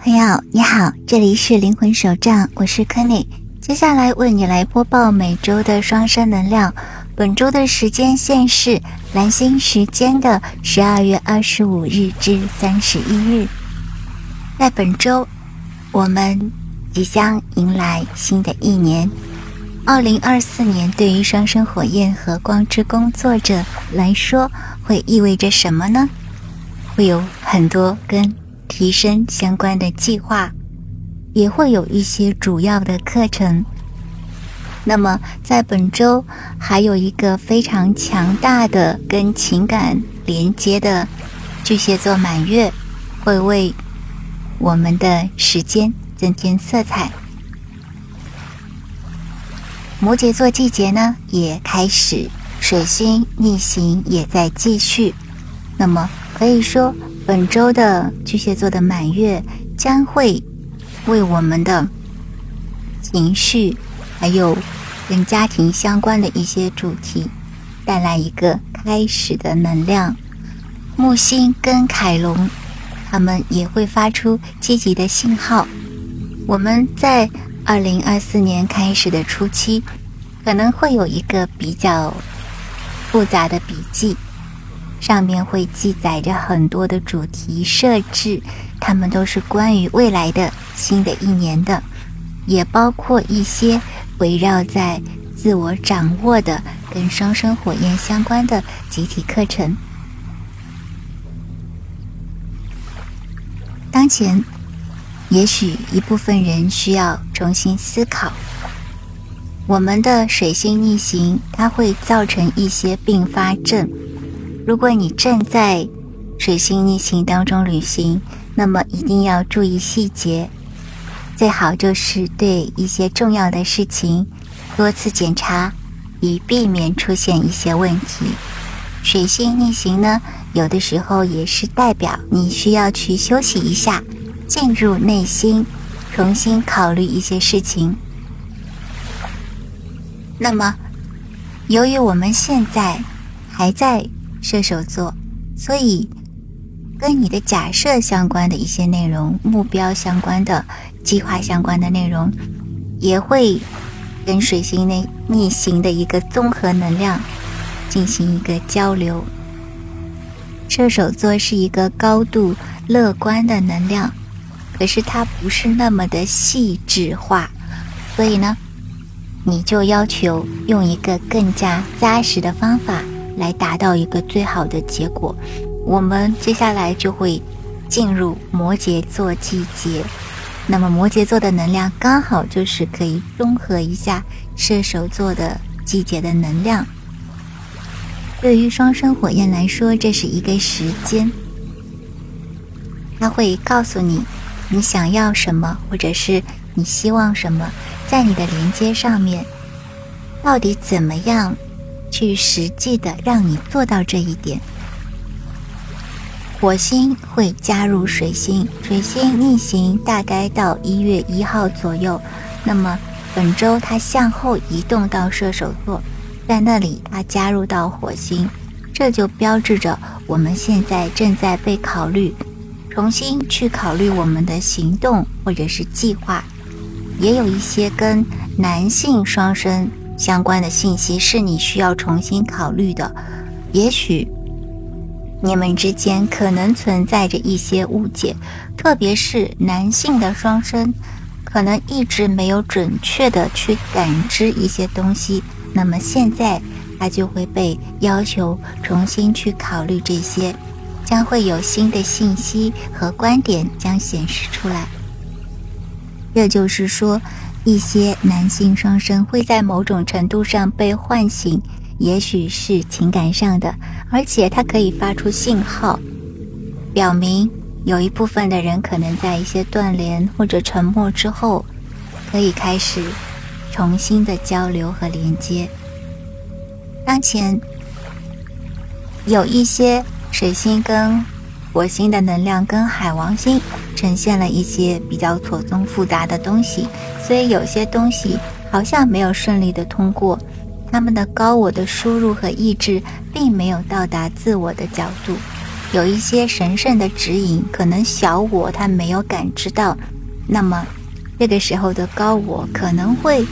朋友你好，这里是灵魂手账，我是 Kenny， 接下来为你来播报每周的双生能量。本周的时间线是蓝星时间的12月25日至31日。在本周我们即将迎来新的一年，2024年对于双生火焰和光之工作者来说会意味着什么呢？会有很多跟提升相关的计划，也会有一些主要的课程。那么在本周还有一个非常强大的跟情感连接的巨蟹座满月，会为我们的时间增添色彩。摩羯座季节呢也开始，水星逆行也在继续。那么可以说本周的巨蟹座的满月将会为我们的情绪还有跟家庭相关的一些主题带来一个开始的能量。木星跟凯龙他们也会发出积极的信号。我们在2024年开始的初期可能会有一个比较复杂的笔记，上面会记载着很多的主题设置，它们都是关于未来的新的一年的，也包括一些围绕在自我掌握的跟双生火焰相关的集体课程。当前也许一部分人需要重新思考，我们的水星逆行它会造成一些并发症。如果你正在水星逆行当中旅行，那么一定要注意细节，最好就是对一些重要的事情多次检查，以避免出现一些问题。水星逆行呢，有的时候也是代表你需要去休息一下，进入内心，重新考虑一些事情。那么由于我们现在还在射手座，所以跟你的假设相关的一些内容，目标相关的计划相关的内容，也会跟水星逆行的一个综合能量进行一个交流。射手座是一个高度乐观的能量，可是它不是那么的细致化，所以呢你就要求用一个更加扎实的方法来达到一个最好的结果。我们接下来就会进入摩羯座季节，那么摩羯座的能量刚好就是可以中和一下射手座的季节的能量。对于双生火焰来说，这是一个时间，它会告诉你你想要什么，或者是你希望什么，在你的连接上面到底怎么样去实际的让你做到这一点。火星会加入水星，水星逆行大概到1月1号左右，那么本周它向后移动到射手座，在那里它加入到火星，这就标志着我们现在正在被考虑，重新去考虑我们的行动或者是计划。也有一些跟男性双生相关的信息是你需要重新考虑的，也许你们之间可能存在着一些误解，特别是男性的双生可能一直没有准确的去感知一些东西，那么现在他就会被要求重新去考虑这些，将会有新的信息和观点将显示出来。这就是说，一些男性双生会在某种程度上被唤醒，也许是情感上的，而且它可以发出信号，表明有一部分的人可能在一些断联或者沉默之后，可以开始重新的交流和连接。当前有一些水星跟火星的能量跟海王星呈现了一些比较错综复杂的东西，所以有些东西好像没有顺利的通过，他们的高我的输入和意志并没有到达自我的角度， 有一些神圣的指引，可能小我他没有感知到，那么这个时候的高我可能会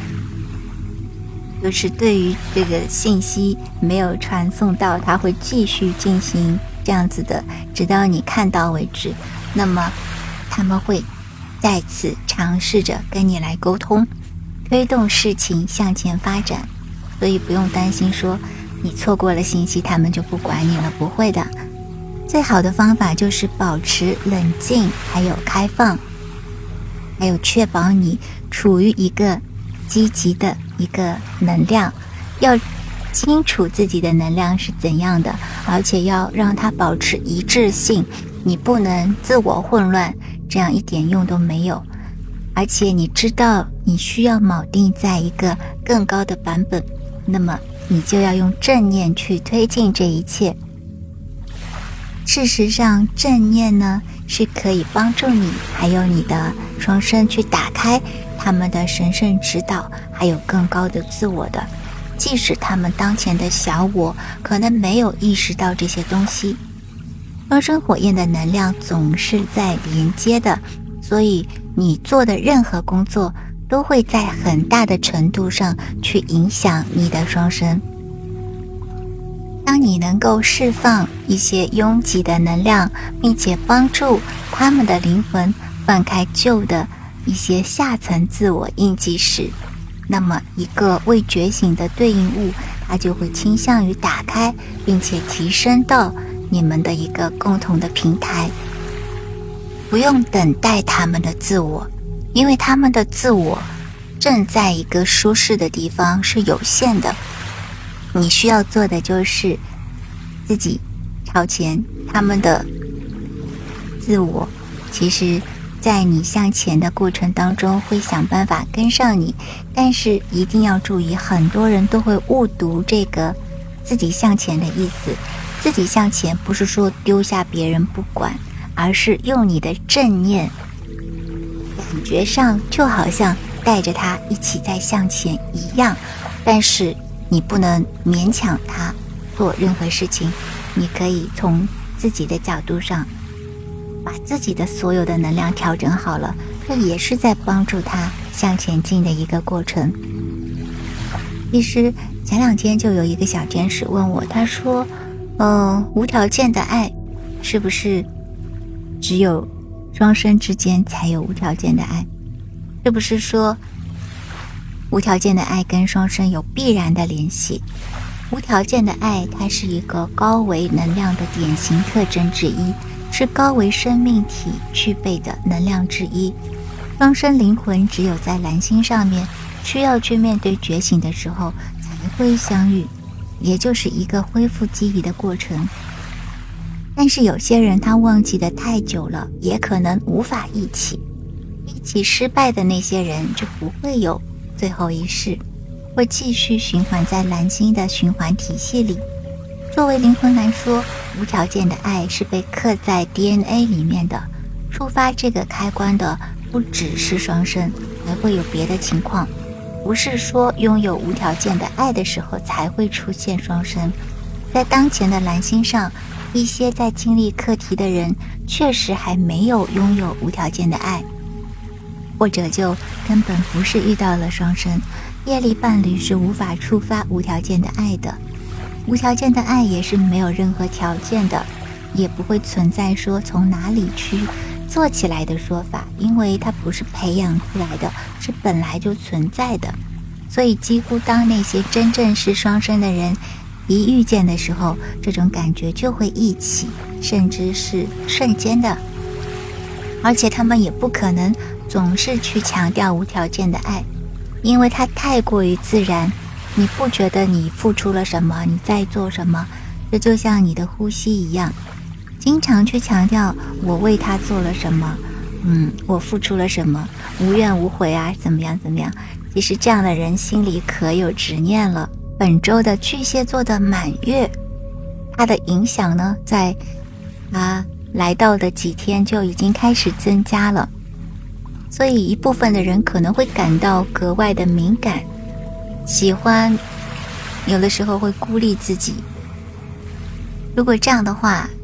就是对于这个信息没有传送到，他会继续进行这样子的，直到你看到为止。那么他们会再次尝试着跟你来沟通，推动事情向前发展。所以不用担心说你错过了信息他们就不管你了，不会的。最好的方法就是保持冷静，还有开放，还有确保你处于一个积极的一个能量，要清楚自己的能量是怎样的，而且要让它保持一致性，你不能自我混乱，这样一点用都没有。而且你知道你需要锚定在一个更高的版本，那么你就要用正念去推进这一切。事实上，正念呢是可以帮助你还有你的双生去打开他们的神圣指导，还有更高的自我的，即使他们当前的小我可能没有意识到这些东西。双生火焰的能量总是在连接的，所以你做的任何工作都会在很大的程度上去影响你的双生。当你能够释放一些拥挤的能量，并且帮助他们的灵魂放开旧的一些下层自我印记时，那么一个未觉醒的对应物，它就会倾向于打开，并且提升到你们的一个共同的平台。不用等待他们的自我，因为他们的自我正在一个舒适的地方，是有限的。你需要做的就是自己超前，他们的自我其实在你向前的过程当中会想办法跟上你，但是一定要注意，很多人都会误读这个自己向前的意思。自己向前不是说丢下别人不管，而是用你的正念，感觉上就好像带着他一起在向前一样，但是你不能勉强他做任何事情，你可以从自己的角度上把自己的所有的能量调整好了，这也是在帮助他向前进的一个过程。其实前2天就有一个小天使问我，他说无条件的爱是不是只有双生之间才有无条件的爱？是不是说无条件的爱跟双生有必然的联系？无条件的爱它是一个高维能量的典型特征之一，是高维生命体具备的能量之一。双生灵魂只有在蓝星上面需要去面对觉醒的时候才会相遇，也就是一个恢复记忆的过程。但是有些人他忘记得太久了，也可能无法一起失败的那些人就不会有最后一世，会继续循环在蓝星的循环体系里。作为灵魂来说，无条件的爱是被刻在 DNA 里面的，触发这个开关的不只是双生，还会有别的情况。不是说拥有无条件的爱的时候才会出现双生。在当前的蓝星上，一些在经历课题的人确实还没有拥有无条件的爱，或者就根本不是遇到了双生。业力伴侣是无法触发无条件的爱的，无条件的爱也是没有任何条件的，也不会存在说从哪里去做起来的说法，因为它不是培养出来的，是本来就存在的。所以几乎当那些真正是双生的人一遇见的时候，这种感觉就会一起，甚至是瞬间的。而且他们也不可能总是去强调无条件的爱，因为它太过于自然，你不觉得你付出了什么，你在做什么，这就像你的呼吸一样，经常去强调我为他做了什么，我付出了什么，无怨无悔啊，怎么样怎么样。其实这样的人心里可有执念了。本周的巨蟹座的满月，它的影响呢，在来到的几天就已经开始增加了，所以一部分的人可能会感到格外的敏感，喜欢有的时候会孤立自己。如果这样的话，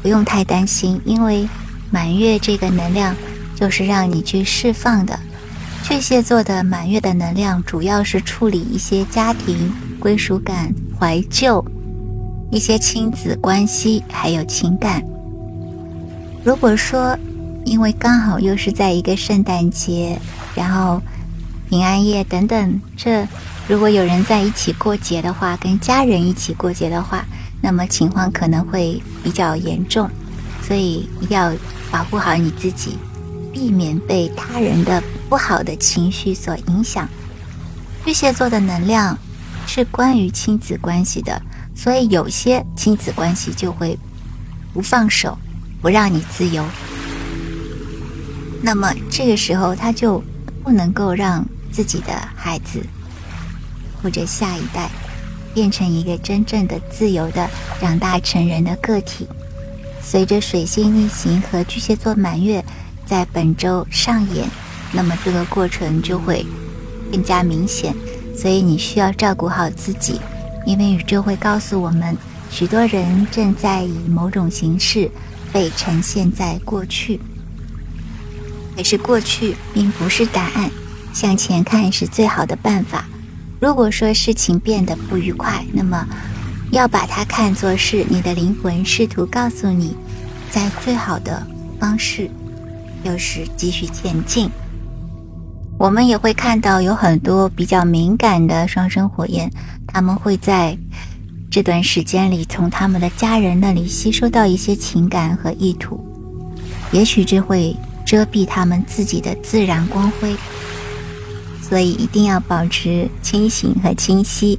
不用太担心，因为满月这个能量就是让你去释放的。巨蟹座的满月的能量主要是处理一些家庭归属感、怀旧、一些亲子关系还有情感。如果说因为刚好又是在一个圣诞节，然后平安夜等等，这如果有人在一起过节的话，跟家人一起过节的话，那么情况可能会比较严重，所以一定要保护好你自己，避免被他人的不好的情绪所影响。巨蟹座的能量是关于亲子关系的，所以有些亲子关系就会不放手，不让你自由。那么这个时候他就不能够让自己的孩子或者下一代变成一个真正的自由的长大成人的个体。随着水星逆行和巨蟹座满月在本周上演，那么这个过程就会更加明显，所以你需要照顾好自己，因为宇宙会告诉我们，许多人正在以某种形式被呈现在过去，可是过去并不是答案，向前看是最好的办法。如果说事情变得不愉快，那么要把它看作是你的灵魂试图告诉你，在最好的方式就是继续前进。我们也会看到有很多比较敏感的双生火焰，他们会在这段时间里从他们的家人那里吸收到一些情感和意图，也许这会遮蔽他们自己的自然光辉，所以一定要保持清醒和清晰。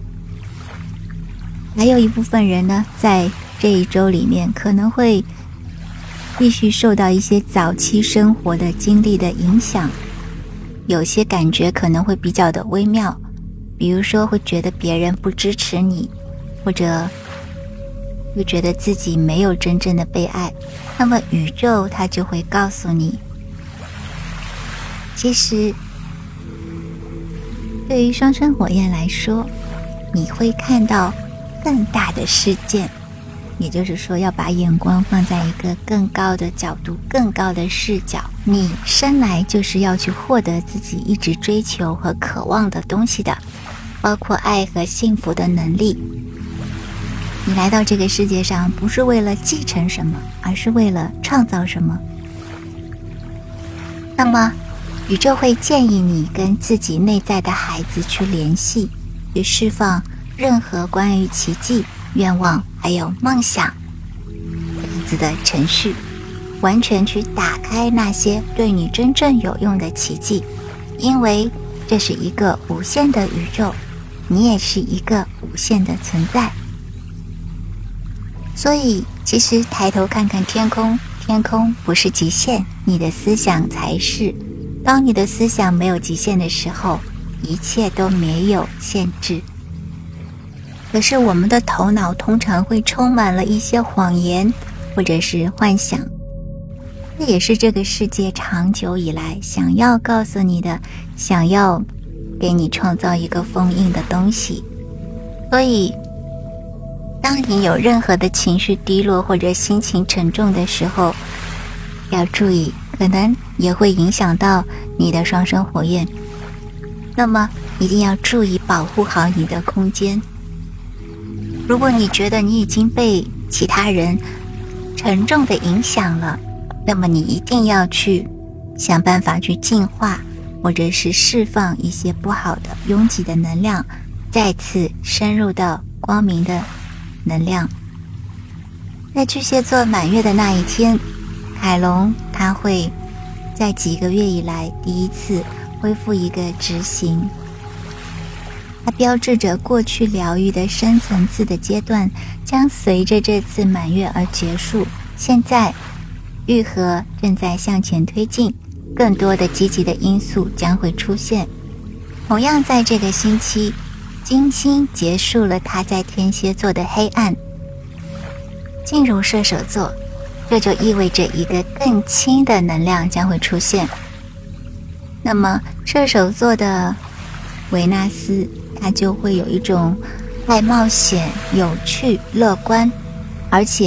还有一部分人呢，在这一周里面可能会继续受到一些早期生活的经历的影响，有些感觉可能会比较的微妙，比如说会觉得别人不支持你，或者会觉得自己没有真正的被爱。那么宇宙它就会告诉你，其实对于双生火焰来说，你会看到更大的事件，也就是说要把眼光放在一个更高的角度、更高的视角。你生来就是要去获得自己一直追求和渴望的东西的，包括爱和幸福的能力。你来到这个世界上不是为了继承什么，而是为了创造什么。那么宇宙会建议你跟自己内在的孩子去联系，去释放任何关于奇迹、愿望还有梦想这样子的程序，完全去打开那些对你真正有用的奇迹，因为这是一个无限的宇宙，你也是一个无限的存在。所以其实抬头看看天空，天空不是极限，你的思想才是。当你的思想没有极限的时候，一切都没有限制。可是我们的头脑通常会充满了一些谎言或者是幻想，这也是这个世界长久以来想要告诉你的，想要给你创造一个封印的东西。所以当你有任何的情绪低落或者心情沉重的时候，要注意，可能也会影响到你的双生火焰，那么一定要注意保护好你的空间。如果你觉得你已经被其他人沉重的影响了，那么你一定要去想办法去净化，或者是释放一些不好的拥挤的能量，再次深入到光明的能量。在巨蟹座满月的那一天，凯龙他会在几个月以来第一次恢复一个执行，它标志着过去疗愈的深层次的阶段将随着这次满月而结束。现在愈合正在向前推进，更多的积极的因素将会出现。同样在这个星期，金星结束了它在天蝎座的黑暗，进入射手座，这就意味着一个更轻的能量将会出现。那么射手座的维纳斯，它就会有一种爱冒险、有趣、乐观，而且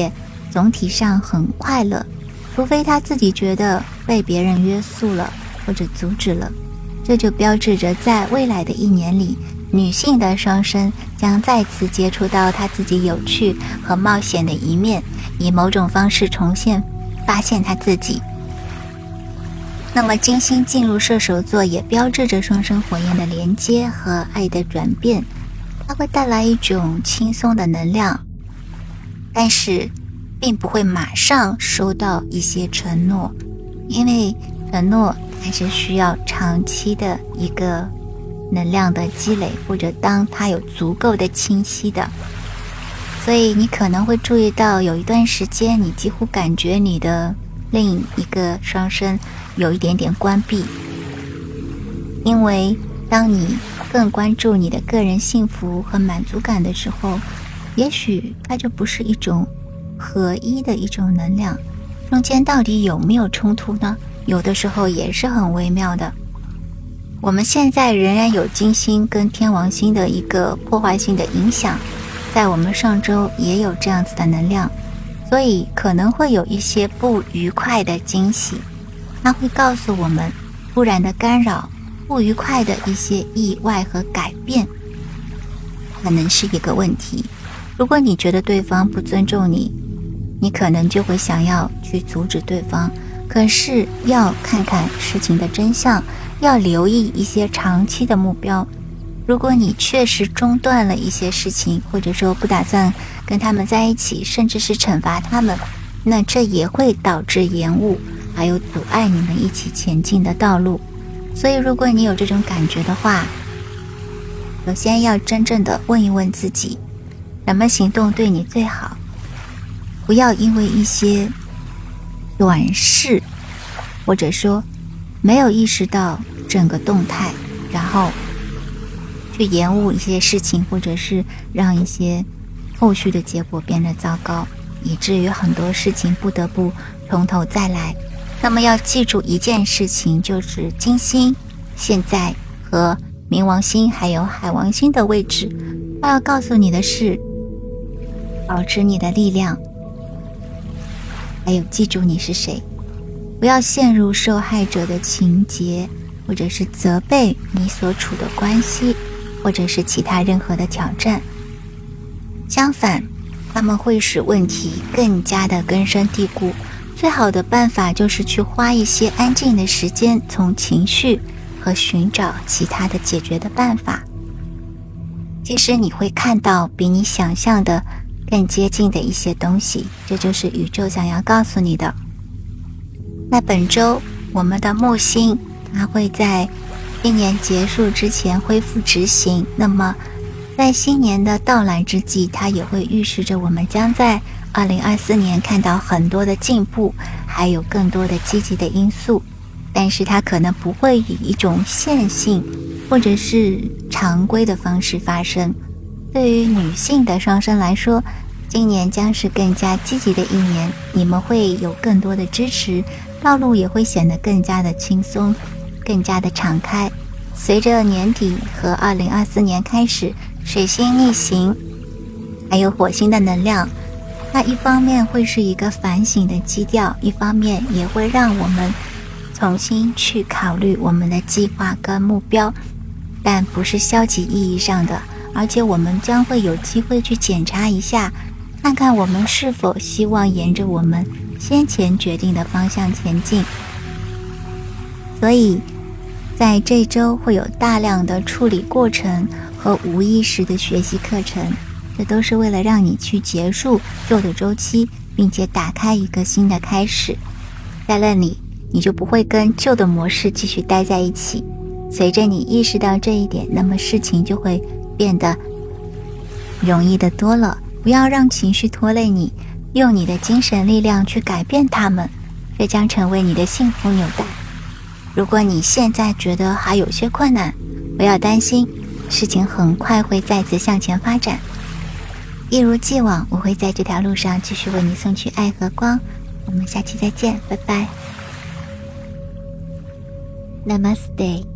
总体上很快乐，除非他自己觉得被别人约束了或者阻止了。这就标志着在未来的1年里，女性的双生将再次接触到她自己有趣和冒险的一面，以某种方式重现发现她自己。那么金星进入射手座也标志着双生火焰的连接和爱的转变，它会带来一种轻松的能量，但是并不会马上收到一些承诺，因为承诺还是需要长期的一个能量的积累，或者当它有足够的清晰的。所以你可能会注意到有一段时间你几乎感觉你的另一个双生有一点点关闭，因为当你更关注你的个人幸福和满足感的时候，也许它就不是一种合一的一种能量，中间到底有没有冲突呢？有的时候也是很微妙的。我们现在仍然有金星跟天王星的一个破坏性的影响，在我们上周也有这样子的能量，所以可能会有一些不愉快的惊喜，它会告诉我们突然的干扰，不愉快的一些意外和改变可能是一个问题。如果你觉得对方不尊重你，你可能就会想要去阻止对方，可是要看看事情的真相，要留意一些长期的目标。如果你确实中断了一些事情，或者说不打算跟他们在一起，甚至是惩罚他们，那这也会导致延误，还有阻碍你们一起前进的道路。所以如果你有这种感觉的话，首先要真正的问一问自己，什么行动对你最好？不要因为一些短视，或者说没有意识到整个动态，然后去延误一些事情，或者是让一些后续的结果变得糟糕，以至于很多事情不得不从头再来。那么要记住一件事情，就是金星现在和冥王星还有海王星的位置，它要告诉你的是保持你的力量，还有记住你是谁，不要陷入受害者的情节，或者是责备你所处的关系，或者是其他任何的挑战。相反，他们会使问题更加的根深蒂固。最好的办法就是去花一些安静的时间，从情绪和寻找其他的解决的办法。其实你会看到比你想象的更接近的一些东西，这就是宇宙想要告诉你的。那本周我们的木星它会在今年结束之前恢复执行，那么在新年的到来之际，它也会预示着我们将在2024年看到很多的进步，还有更多的积极的因素，但是它可能不会以一种线性或者是常规的方式发生。对于女性的双生来说，今年将是更加积极的一年，你们会有更多的支持，道路也会显得更加的轻松，更加的敞开。随着年底和2024年开始，水星逆行还有火星的能量，它一方面会是一个反省的基调，一方面也会让我们重新去考虑我们的计划跟目标，但不是消极意义上的，而且我们将会有机会去检查一下，看看我们是否希望沿着我们先前决定的方向前进。所以在这周会有大量的处理过程和无意识的学习课程，这都是为了让你去结束旧的周期，并且打开一个新的开始。在那里你就不会跟旧的模式继续待在一起。随着你意识到这一点，那么事情就会变得容易的多了。不要让情绪拖累你，用你的精神力量去改变它们，这将成为你的幸福纽带。如果你现在觉得还有些困难，不要担心，事情很快会再次向前发展。一如既往，我会在这条路上继续为你送去爱和光。我们下期再见，拜拜。Namaste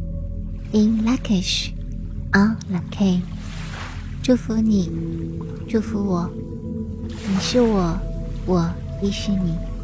in Lakesh on Lake， 祝福你，祝福我，你是我我亦是你。